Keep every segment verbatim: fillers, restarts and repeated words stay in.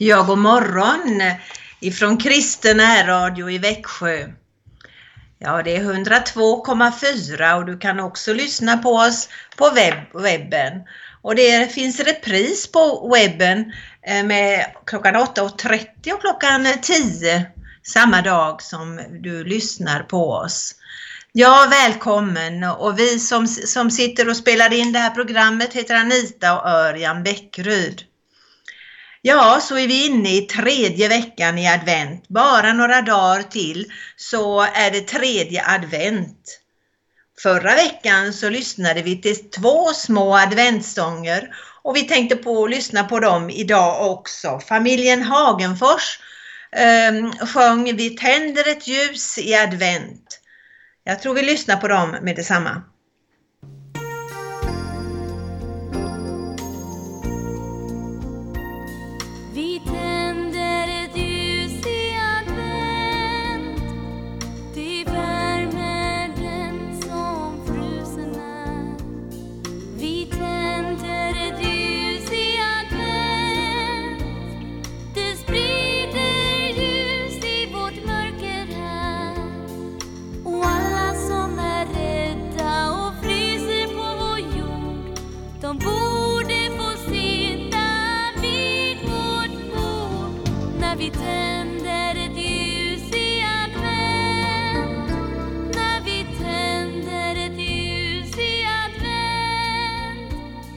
Ja, god morgon ifrån Kristen närradio i Växjö. Ja, det är hundra två komma fyra och du kan också lyssna på oss på webb- webben. Och det finns repris på webben med klockan åtta och trettio och klockan tio samma dag som du lyssnar på oss. Ja, välkommen. Och vi som, som sitter och spelar in det här programmet heter Anita och Örjan Bäckryd. Ja, så är vi inne i tredje veckan i advent. Bara några dagar till så är det tredje advent. Förra veckan så lyssnade vi till två små adventssånger och vi tänkte på att lyssna på dem idag också. Familjen Hagenfors eh, sjöng Vi tänder ett ljus i advent. Jag tror vi lyssnar på dem med detsamma. Vi tänder ett ljus i advent, det värmer den som frusen är. Vi tänder ett ljus i advent, det sprider ljus i vårt mörker här. Och alla som är rädda och fryser på vår jord, de borde få sitta vid vårt bord. När vi tänder ett ljus i advent, när vi tänder ett ljus i advent.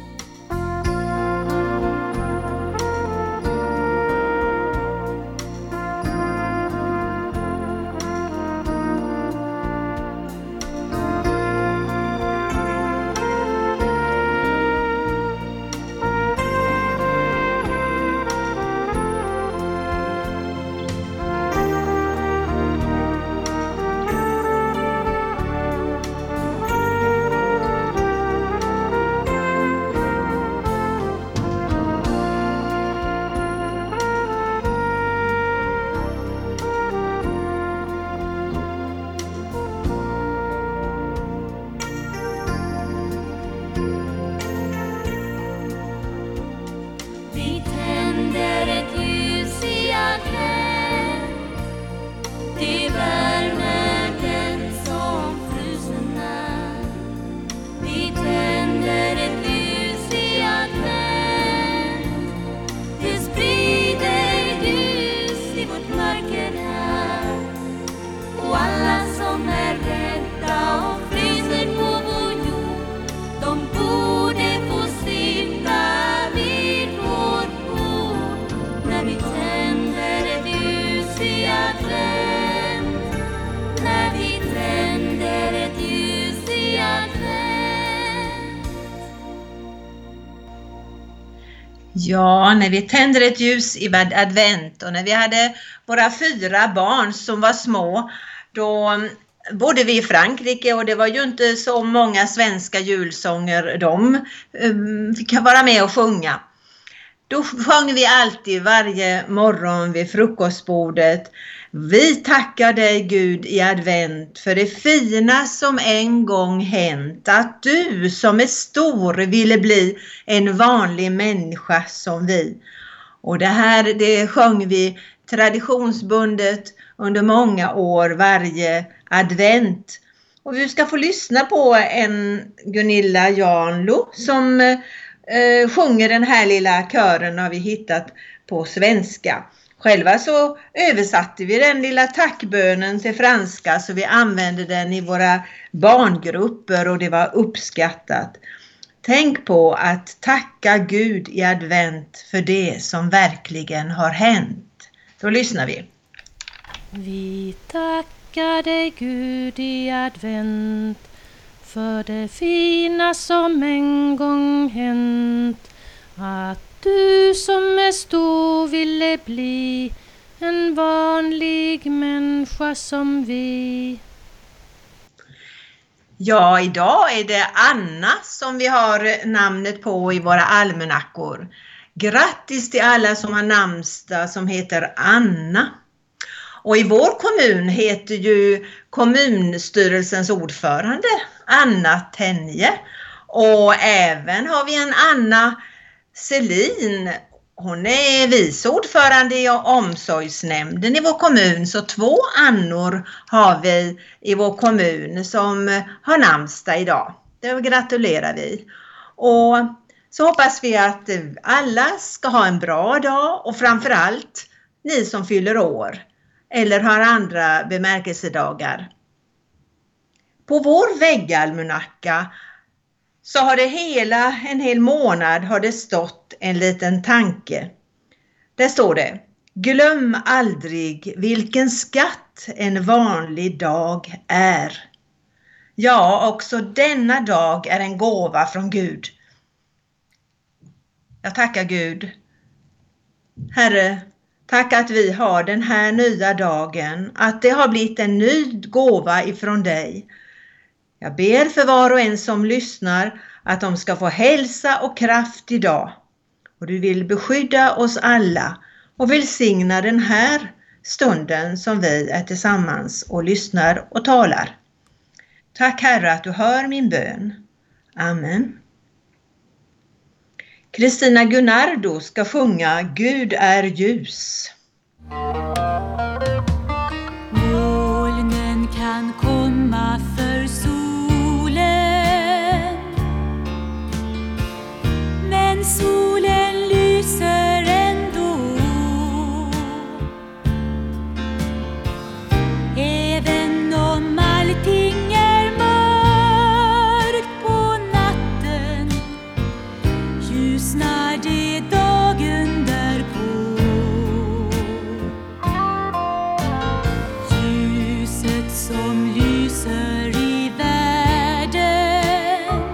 Vi tänder ett ljus i advent, det värmer den som frusen är. Vi tänder ett ljus i advent, det sprider ljus i vårt mörker här. Och alla som är rädda och fryser på vår jord, de borde få sitta vid vårt bord. När vi tänder ett ljus i advent, när vi tänder ett ljus i advent. Ja, när vi tänder ett ljus i advent och när vi hade våra fyra barn som var små, då bodde vi i Frankrike och det var ju inte så många svenska julsånger de um, fick vara med och sjunga. Då sjöng vi alltid varje morgon vid frukostbordet: Vi tackar dig Gud i advent för det fina som en gång hänt, att du som är stor ville bli en vanlig människa som vi. Och det här det sjöng vi traditionsbundet under många år varje advent. Och vi ska få lyssna på en Gunilla Janlo som eh, sjunger den här lilla kören har vi hittat på svenska. Själva så översatte vi den lilla tackbönen till franska så vi använde den i våra barngrupper och det var uppskattat. Tänk på att tacka Gud i advent för det som verkligen har hänt. Då lyssnar vi. Vi tackar dig Gud i advent för det fina som en gång hänt, att du som är stor ville bli en vanlig människa som vi. Ja, idag är det Anna som vi har namnet på i våra almanackor. Grattis till alla som har namnsdag som heter Anna. Och i vår kommun heter ju kommunstyrelsens ordförande Anna Tenje. Och även har vi en Anna Selin Hon är vice ordförande i omsorgsnämnden i vår kommun, så två Annor har vi i vår kommun som har namnsdag idag. Det gratulerar vi. Och så hoppas vi att alla ska ha en bra dag, och framförallt ni som fyller år eller har andra bemärkelsedagar. På vår väggalmanacka så har det hela en hel månad har det stått en liten tanke. Där står det: glöm aldrig vilken skatt en vanlig dag är. Ja, också denna dag är en gåva från Gud. Jag tackar Gud. Herre, tack att vi har den här nya dagen, att det har blivit en ny gåva ifrån dig. Jag ber för var och en som lyssnar att de ska få hälsa och kraft idag. Och du vill beskydda oss alla och välsigna den här stunden som vi är tillsammans och lyssnar och talar. Tack Herre att du hör min bön. Amen. Kristina Gunnardo ska sjunga Gud är ljus. Molnen kan komma för solen, men solen lyser ändå. Även om allting är mörkt på natten, ljusnar det dagen därpå. Ljuset som lyser i världen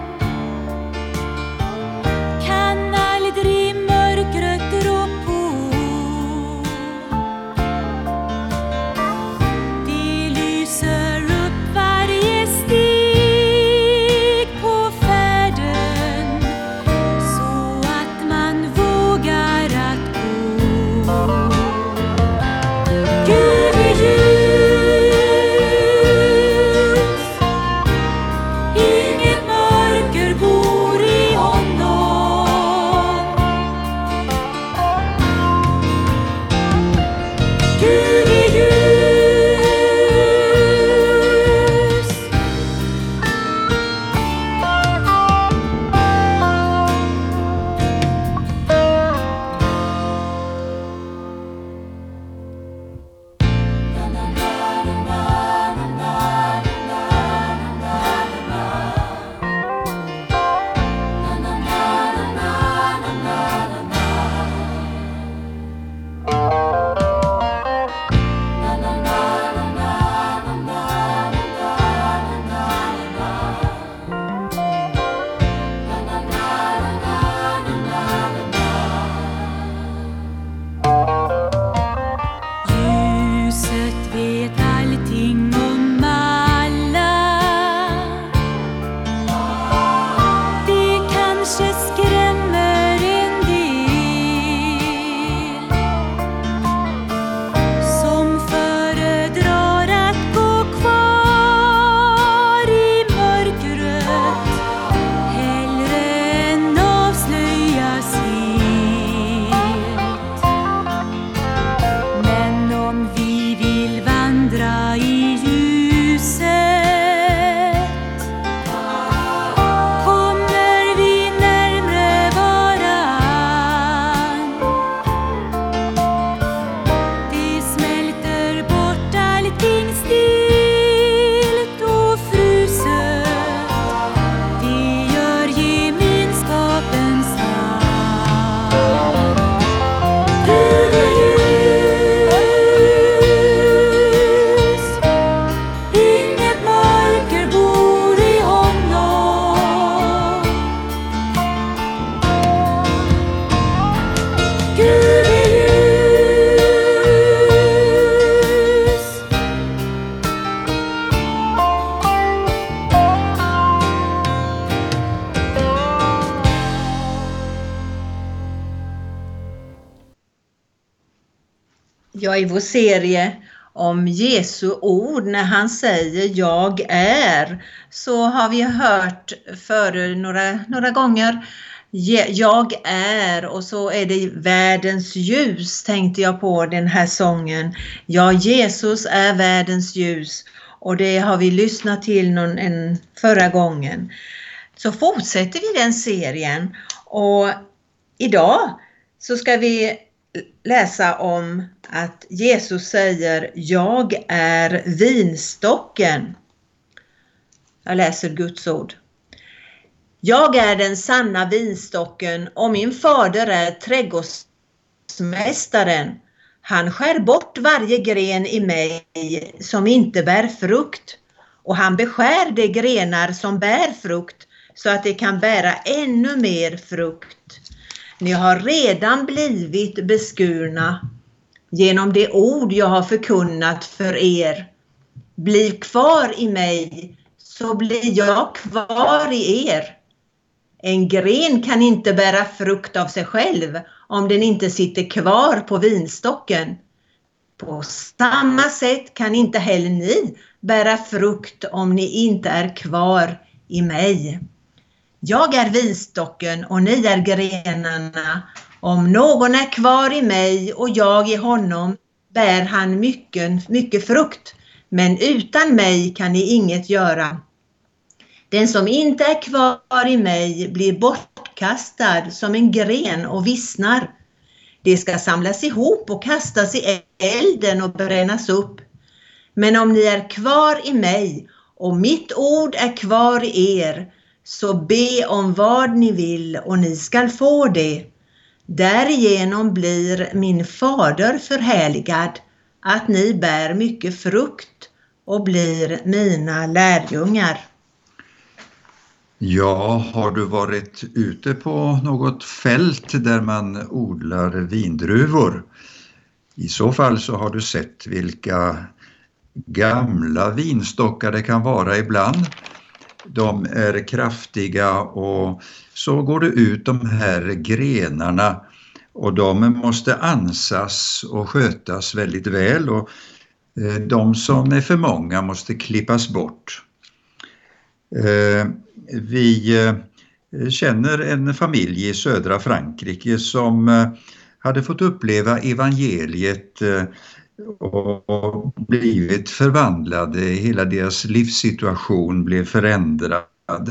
kan aldrig mörkret rå på. Det lyser upp varje steg på färden, så att man vågar att gå. Gud är ljus, inget mörker bor i honom. Gud är ljus. Ljuset vet allting om alla. Det kanske skrämmer en del som föredrar att gå kvar i mörkret hellre än avslöjas helt. Men om vi vill vandra i ljuset kommer vi närmre varann. Det smälter bort allting stilt och fruset. Det gör gemenskapen sann. Gud är ljus, inget mörker bor i honom. Gud är ljus. Ja, i vår serie om Jesu ord när han säger jag är, så har vi hört för några, några gånger Jag är, och så är det världens ljus, tänkte jag på den här sången. Ja, Jesus är världens ljus, och det har vi lyssnat till någon, en, förra gången. Så fortsätter vi den serien, och idag så ska vi läsa om att Jesus säger: jag är vinstocken. Jag läser Guds ord. Jag är den sanna vinstocken, och min fader är trädgårdsmästaren. Han skär bort varje gren i mig som inte bär frukt, och han beskär de grenar som bär frukt så att det kan bära ännu mer frukt. Ni har redan blivit beskurna genom det ord jag har förkunnat för er. Bliv kvar i mig, så blir jag kvar i er. En gren kan inte bära frukt av sig själv om den inte sitter kvar på vinstocken. På samma sätt kan inte heller ni bära frukt om ni inte är kvar i mig. Jag är vinstocken och ni är grenarna. Om någon är kvar i mig och jag i honom, bär han mycket, mycket frukt. Men utan mig kan ni inget göra. Den som inte är kvar i mig blir bortkastad som en gren och vissnar. Det ska samlas ihop och kastas i elden och brännas upp. Men om ni är kvar i mig och mitt ord är kvar i er, så be om vad ni vill och ni skall få det. Därigenom blir min fader förhärligad, att ni bär mycket frukt och blir mina lärjungar. Ja, har du varit ute på något fält där man odlar vindruvor? I så fall så har du sett vilka gamla vinstockar det kan vara ibland. De är kraftiga, och så går det ut de här grenarna, och de måste ansas och skötas väldigt väl, och de som är för många måste klippas bort. Vi känner en familj i södra Frankrike som hade fått uppleva evangeliet och blivit förvandlade. Hela deras livssituation blev förändrad.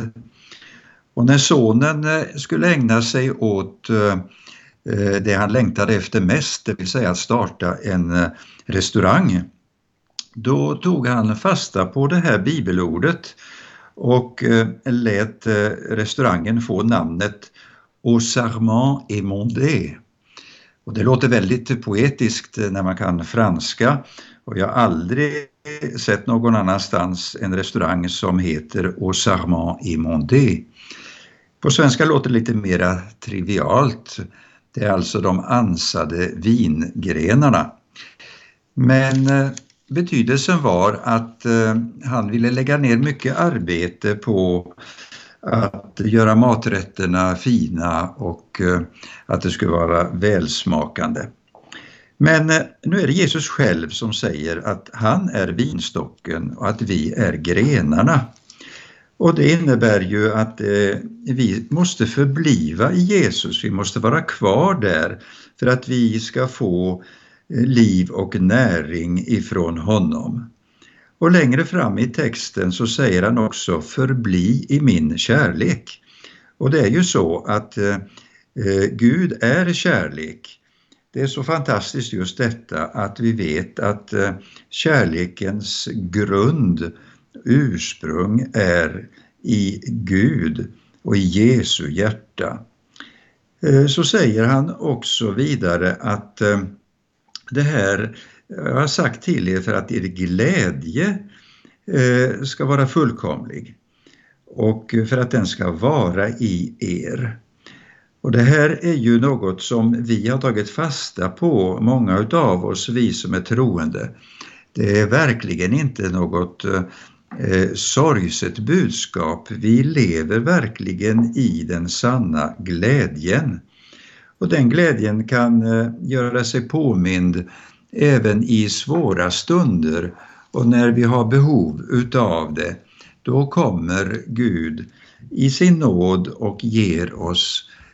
Och när sonen skulle ägna sig åt det han längtade efter mest, det vill säga att starta en restaurang, då tog han fasta på det här bibelordet och lät restaurangen få namnet Au Sarment et Mondé. Och det låter väldigt poetiskt när man kan franska, och jag har aldrig sett någon annanstans en restaurang som heter Au Sarment et Mondé. På svenska låter det lite mera trivialt. Det är alltså de ansade vingrenarna. Men betydelsen var att han ville lägga ner mycket arbete på att göra maträtterna fina och att det skulle vara välsmakande. Men nu är det Jesus själv som säger att han är vinstocken och att vi är grenarna. Och det innebär ju att eh, vi måste förbliva i Jesus, vi måste vara kvar där för att vi ska få eh, liv och näring ifrån honom. Och längre fram i texten så säger han också: förbli i min kärlek. Och det är ju så att eh, Gud är kärlek. Det är så fantastiskt just detta att vi vet att eh, kärlekens grund, ursprung är i Gud och i Jesu hjärta. Eh, så säger han också vidare att eh, det här, jag har sagt till er för att er glädje eh, ska vara fullkomlig och för att den ska vara i er. Och det här är ju något som vi har tagit fasta på, många utav oss, vi som är troende. Det är verkligen inte något eh, sorgset budskap. Vi lever verkligen i den sanna glädjen. Och den glädjen kan eh, göra sig påmind även i svåra stunder, och när vi har behov utav det, då kommer Gud i sin nåd och ger oss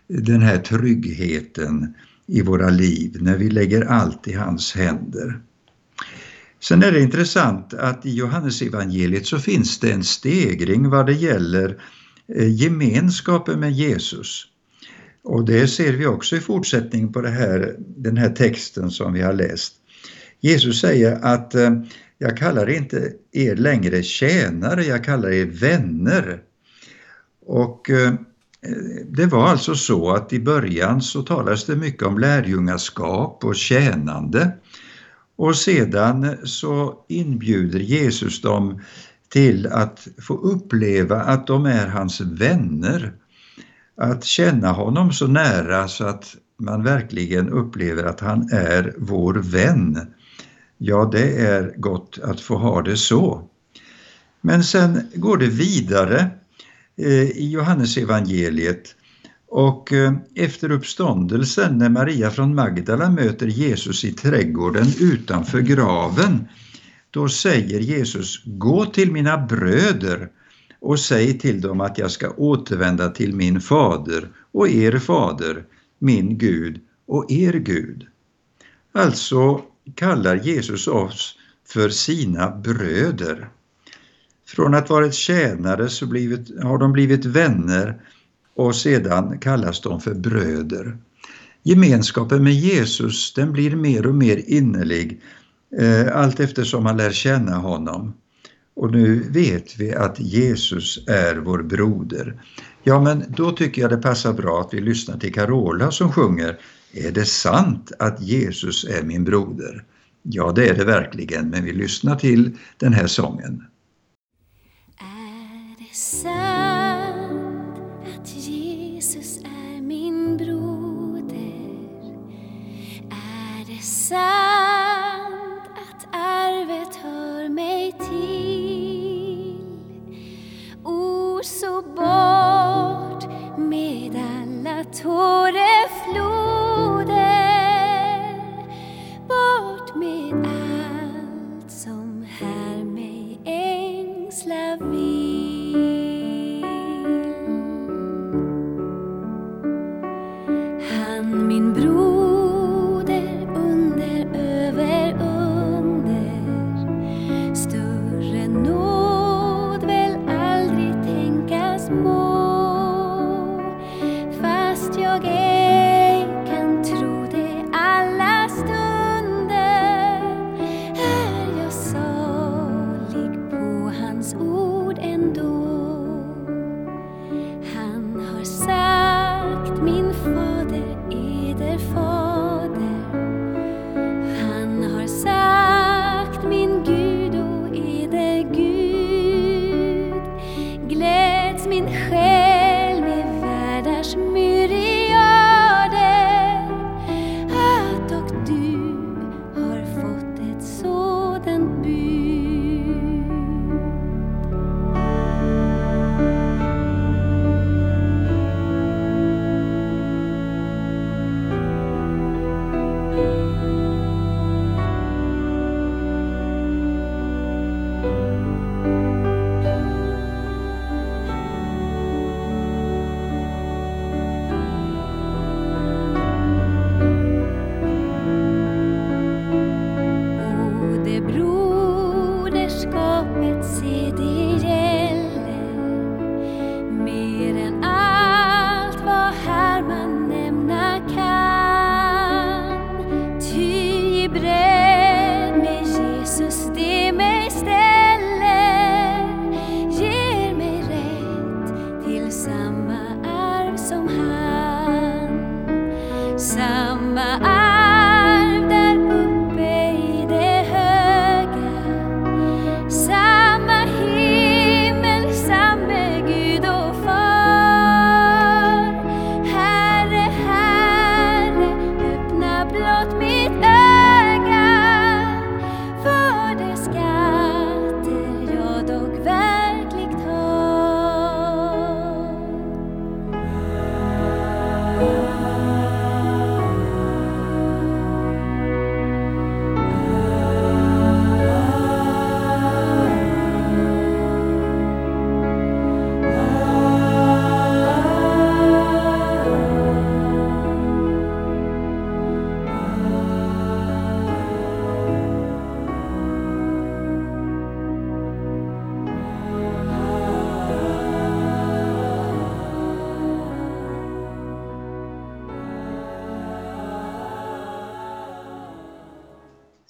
den här tryggheten i våra liv när vi lägger allt i hans händer. Sen är det intressant att i Johannesevangeliet så finns det en stegring vad det gäller gemenskapen med Jesus. Och det ser vi också i fortsättning på det här, den här texten som vi har läst. Jesus säger att jag kallar inte er längre tjänare, jag kallar er vänner. Och det var alltså så att i början så talades det mycket om lärjungaskap och tjänande. Och sedan så inbjuder Jesus dem till att få uppleva att de är hans vänner. Att känna honom så nära så att man verkligen upplever att han är vår vän. Ja, det är gott att få ha det så. Men sen går det vidare i Johannesevangeliet, och efter uppståndelsen när Maria från Magdala möter Jesus i trädgården utanför graven, då säger Jesus: gå till mina bröder och säg till dem att jag ska återvända till min fader och er fader, min Gud och er Gud. Alltså kallar Jesus oss för sina bröder. Från att vara ett tjänare så blivit, har de blivit vänner, och sedan kallas de för bröder. Gemenskapen med Jesus, den blir mer och mer innerlig eh, allt eftersom man lär känna honom. Och nu vet vi att Jesus är vår broder. Ja, men då tycker jag det passar bra att vi lyssnar till Carola som sjunger: är det sant att Jesus är min broder? Ja, det är det verkligen, men vi lyssnar till den här sången. Är det sant att Jesus är min broder? Är det sant att arvet hör mig till? O, så bort med alla tårefloder, bort med allt som här mig ängslar vid.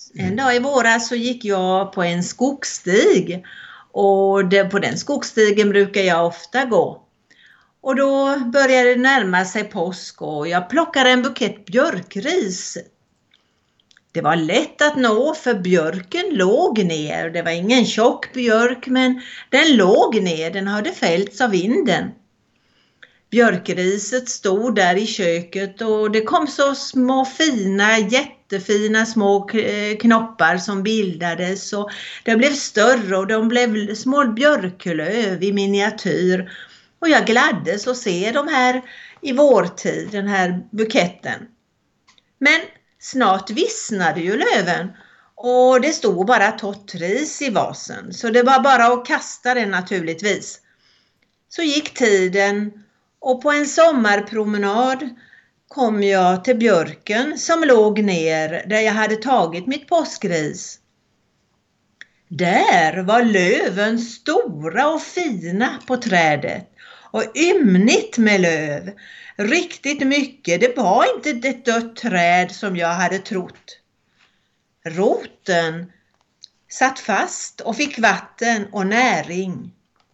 En dag i våras så gick jag på en skogsstig och det, på den skogsstigen brukar jag ofta gå. Och då började det närma sig påsk och jag plockade en bukett björkris. Det var lätt att nå för björken låg ner. Det var ingen tjock björk men den låg ner, den hade fällts av vinden. Björkriset stod där i köket och det kom så små fina, jättefina små knoppar som bildades och det blev större och de blev små björklöv i miniatyr. Och jag gladdes att se de här i vårtid, den här buketten. Men snart vissnade ju löven och det stod bara torrt ris i vasen så det var bara att kasta den naturligtvis. Så gick tiden och på en sommarpromenad kom jag till björken som låg ner där jag hade tagit mitt påskris. Där var löven stora och fina på trädet och ymnigt med löv. Riktigt mycket, det var inte ett dött träd som jag hade trott. Roten satt fast och fick vatten och näring.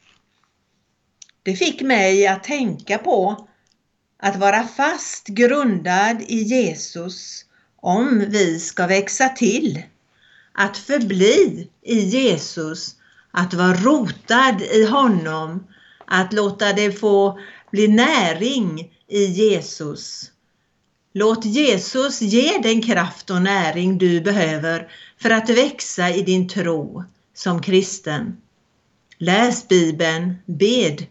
Det fick mig att tänka på att vara fast grundad i Jesus om vi ska växa till. Att förbli i Jesus, att vara rotad i honom, att låta det få bli näring i Jesus. Låt Jesus ge den kraft och näring du behöver för att växa i din tro som kristen. Läs Bibeln, bed,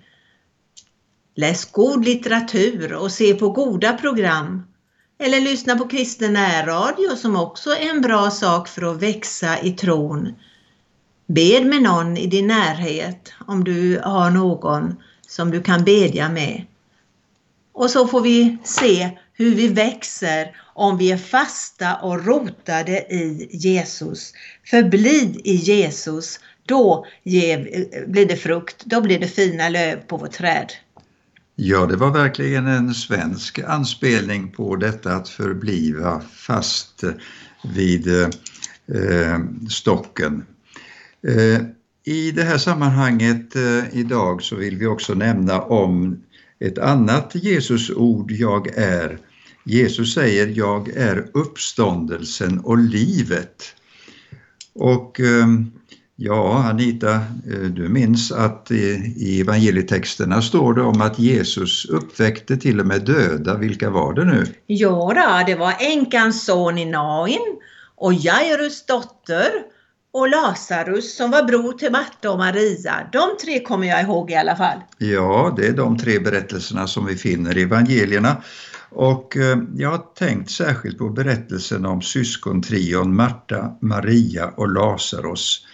läs god litteratur och se på goda program. Eller lyssna på kristen närradio som också är en bra sak för att växa i tron. Bed med någon i din närhet om du har någon som du kan bedja med. Och så får vi se hur vi växer om vi är fasta och rotade i Jesus. Förbli i Jesus, då blir det frukt, då blir det fina löv på vårt träd. Ja, det var verkligen en svensk anspelning på detta att förbliva fast vid eh, stocken. Eh, I det här sammanhanget eh, idag så vill vi också nämna om ett annat Jesusord, jag är. Jesus säger, jag är uppståndelsen och livet. Och eh, ja, Anita, du minns att i evangelietexterna står det om att Jesus uppväckte till och med döda. Vilka var det nu? Ja då, det var änkans son i Nain och Jairus dotter och Lazarus som var bror till Marta och Maria. De tre kommer jag ihåg i alla fall. Ja, det är de tre berättelserna som vi finner i evangelierna. Och eh, jag har tänkt särskilt på berättelsen om syskontrion Marta, Maria och Lazarus.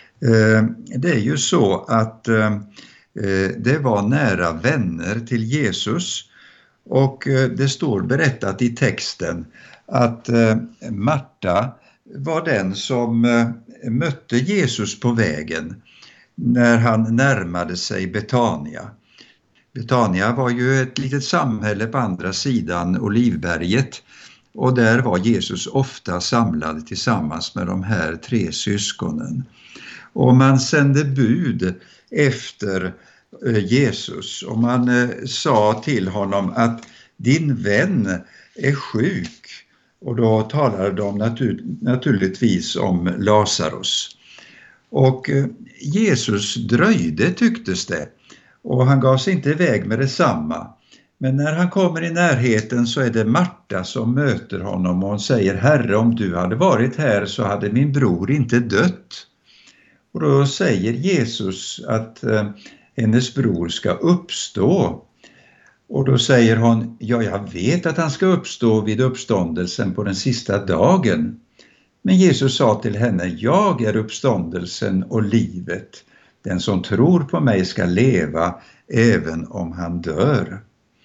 Det är ju så att det var nära vänner till Jesus och det står berättat i texten att Marta var den som mötte Jesus på vägen när han närmade sig Betania. Betania var ju ett litet samhälle på andra sidan Olivberget och där var Jesus ofta samlad tillsammans med de här tre syskonen. Och man sände bud efter Jesus och man sa till honom att din vän är sjuk. Och då talade de natur- naturligtvis om Lazarus. Och Jesus dröjde tycktes det och han gav sig inte iväg med detsamma. Men när han kommer i närheten så är det Marta som möter honom och hon säger, Herre, om du hade varit här så hade min bror inte dött. Och då säger Jesus att eh, hennes bror ska uppstå. Och då säger hon, ja jag vet att han ska uppstå vid uppståndelsen på den sista dagen. Men Jesus sa till henne, jag är uppståndelsen och livet. Den som tror på mig ska leva även om han dör.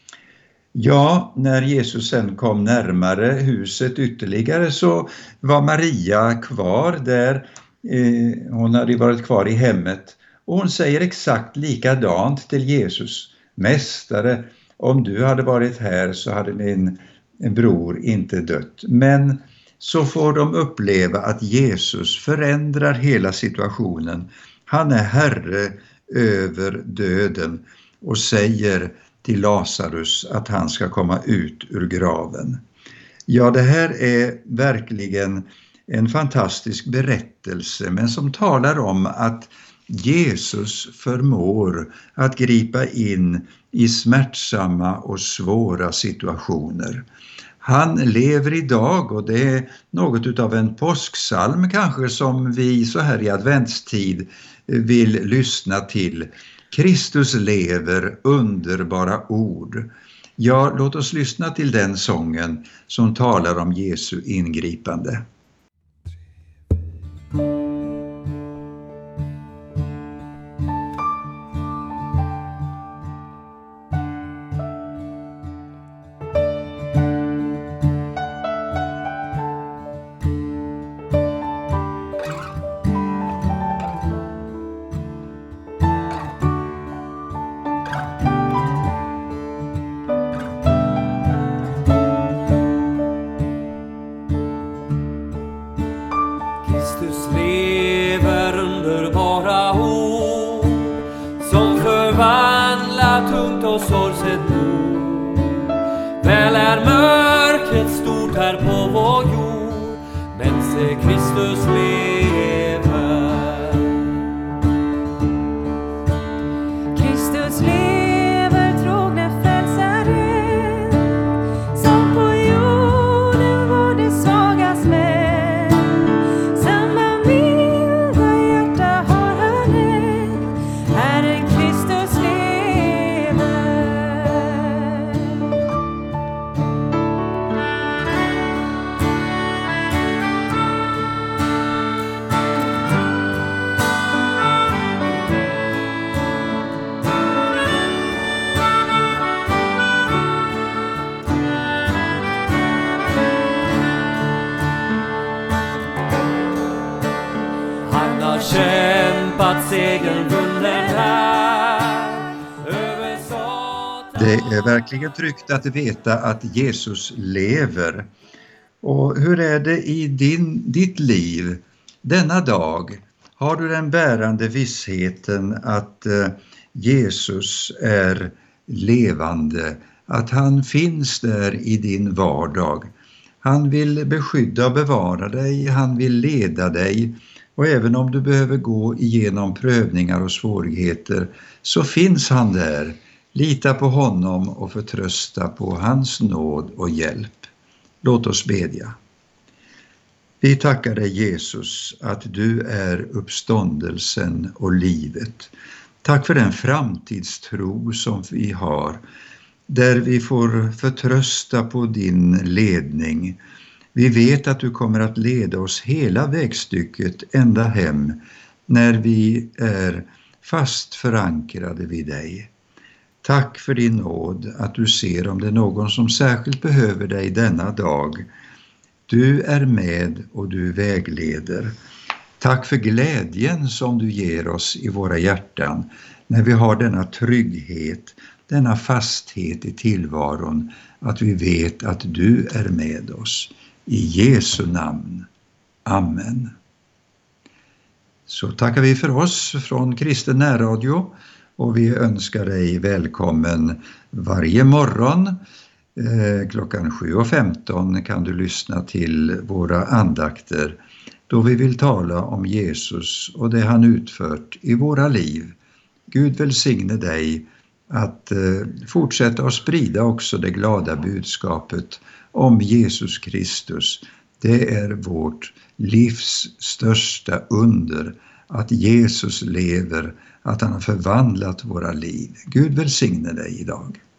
Ja, när Jesus sen kom närmare huset ytterligare så var Maria kvar där. Hon hade varit kvar i hemmet och hon säger exakt likadant till Jesus. Mästare, om du hade varit här så hade min bror inte dött. Men så får de uppleva att Jesus förändrar hela situationen. Han är herre över döden och säger till Lazarus att han ska komma ut ur graven. Ja, det här är verkligen en fantastisk berättelse, men som talar om att Jesus förmår att gripa in i smärtsamma och svåra situationer. Han lever idag, och det är något av en påsksalm kanske som vi så här i adventstid vill lyssna till. Kristus lever, underbara ord. Ja, låt oss lyssna till den sången som talar om Jesu ingripande. Det är verkligen tryggt att veta att Jesus lever. Och hur är det i din, ditt liv denna dag? Har du den bärande vissheten att eh, Jesus är levande, att han finns där i din vardag? Han vill beskydda och bevara dig, han vill leda dig. Och även om du behöver gå igenom prövningar och svårigheter så finns han där. Lita på honom och förtrösta på hans nåd och hjälp. Låt oss bedja. Vi tackar dig Jesus att du är uppståndelsen och livet. Tack för den framtidstro som vi har, där vi får förtrösta på din ledning. Vi vet att du kommer att leda oss hela vägstycket ända hem när vi är fast förankrade vid dig. Tack för din nåd att du ser om det är någon som särskilt behöver dig denna dag. Du är med och du vägleder. Tack för glädjen som du ger oss i våra hjärtan när vi har denna trygghet, denna fasthet i tillvaron, att vi vet att du är med oss. I Jesu namn. Amen. Så tackar vi för oss från Kristen närradio och vi önskar dig välkommen varje morgon. Eh, klockan sju och femton kan du lyssna till våra andakter då vi vill tala om Jesus och det han utfört i våra liv. Gud välsigne dig att eh, fortsätta att sprida också det glada budskapet om Jesus Kristus. Det är vårt livs största under, att Jesus lever, att han har förvandlat våra liv. Gud välsigne dig idag.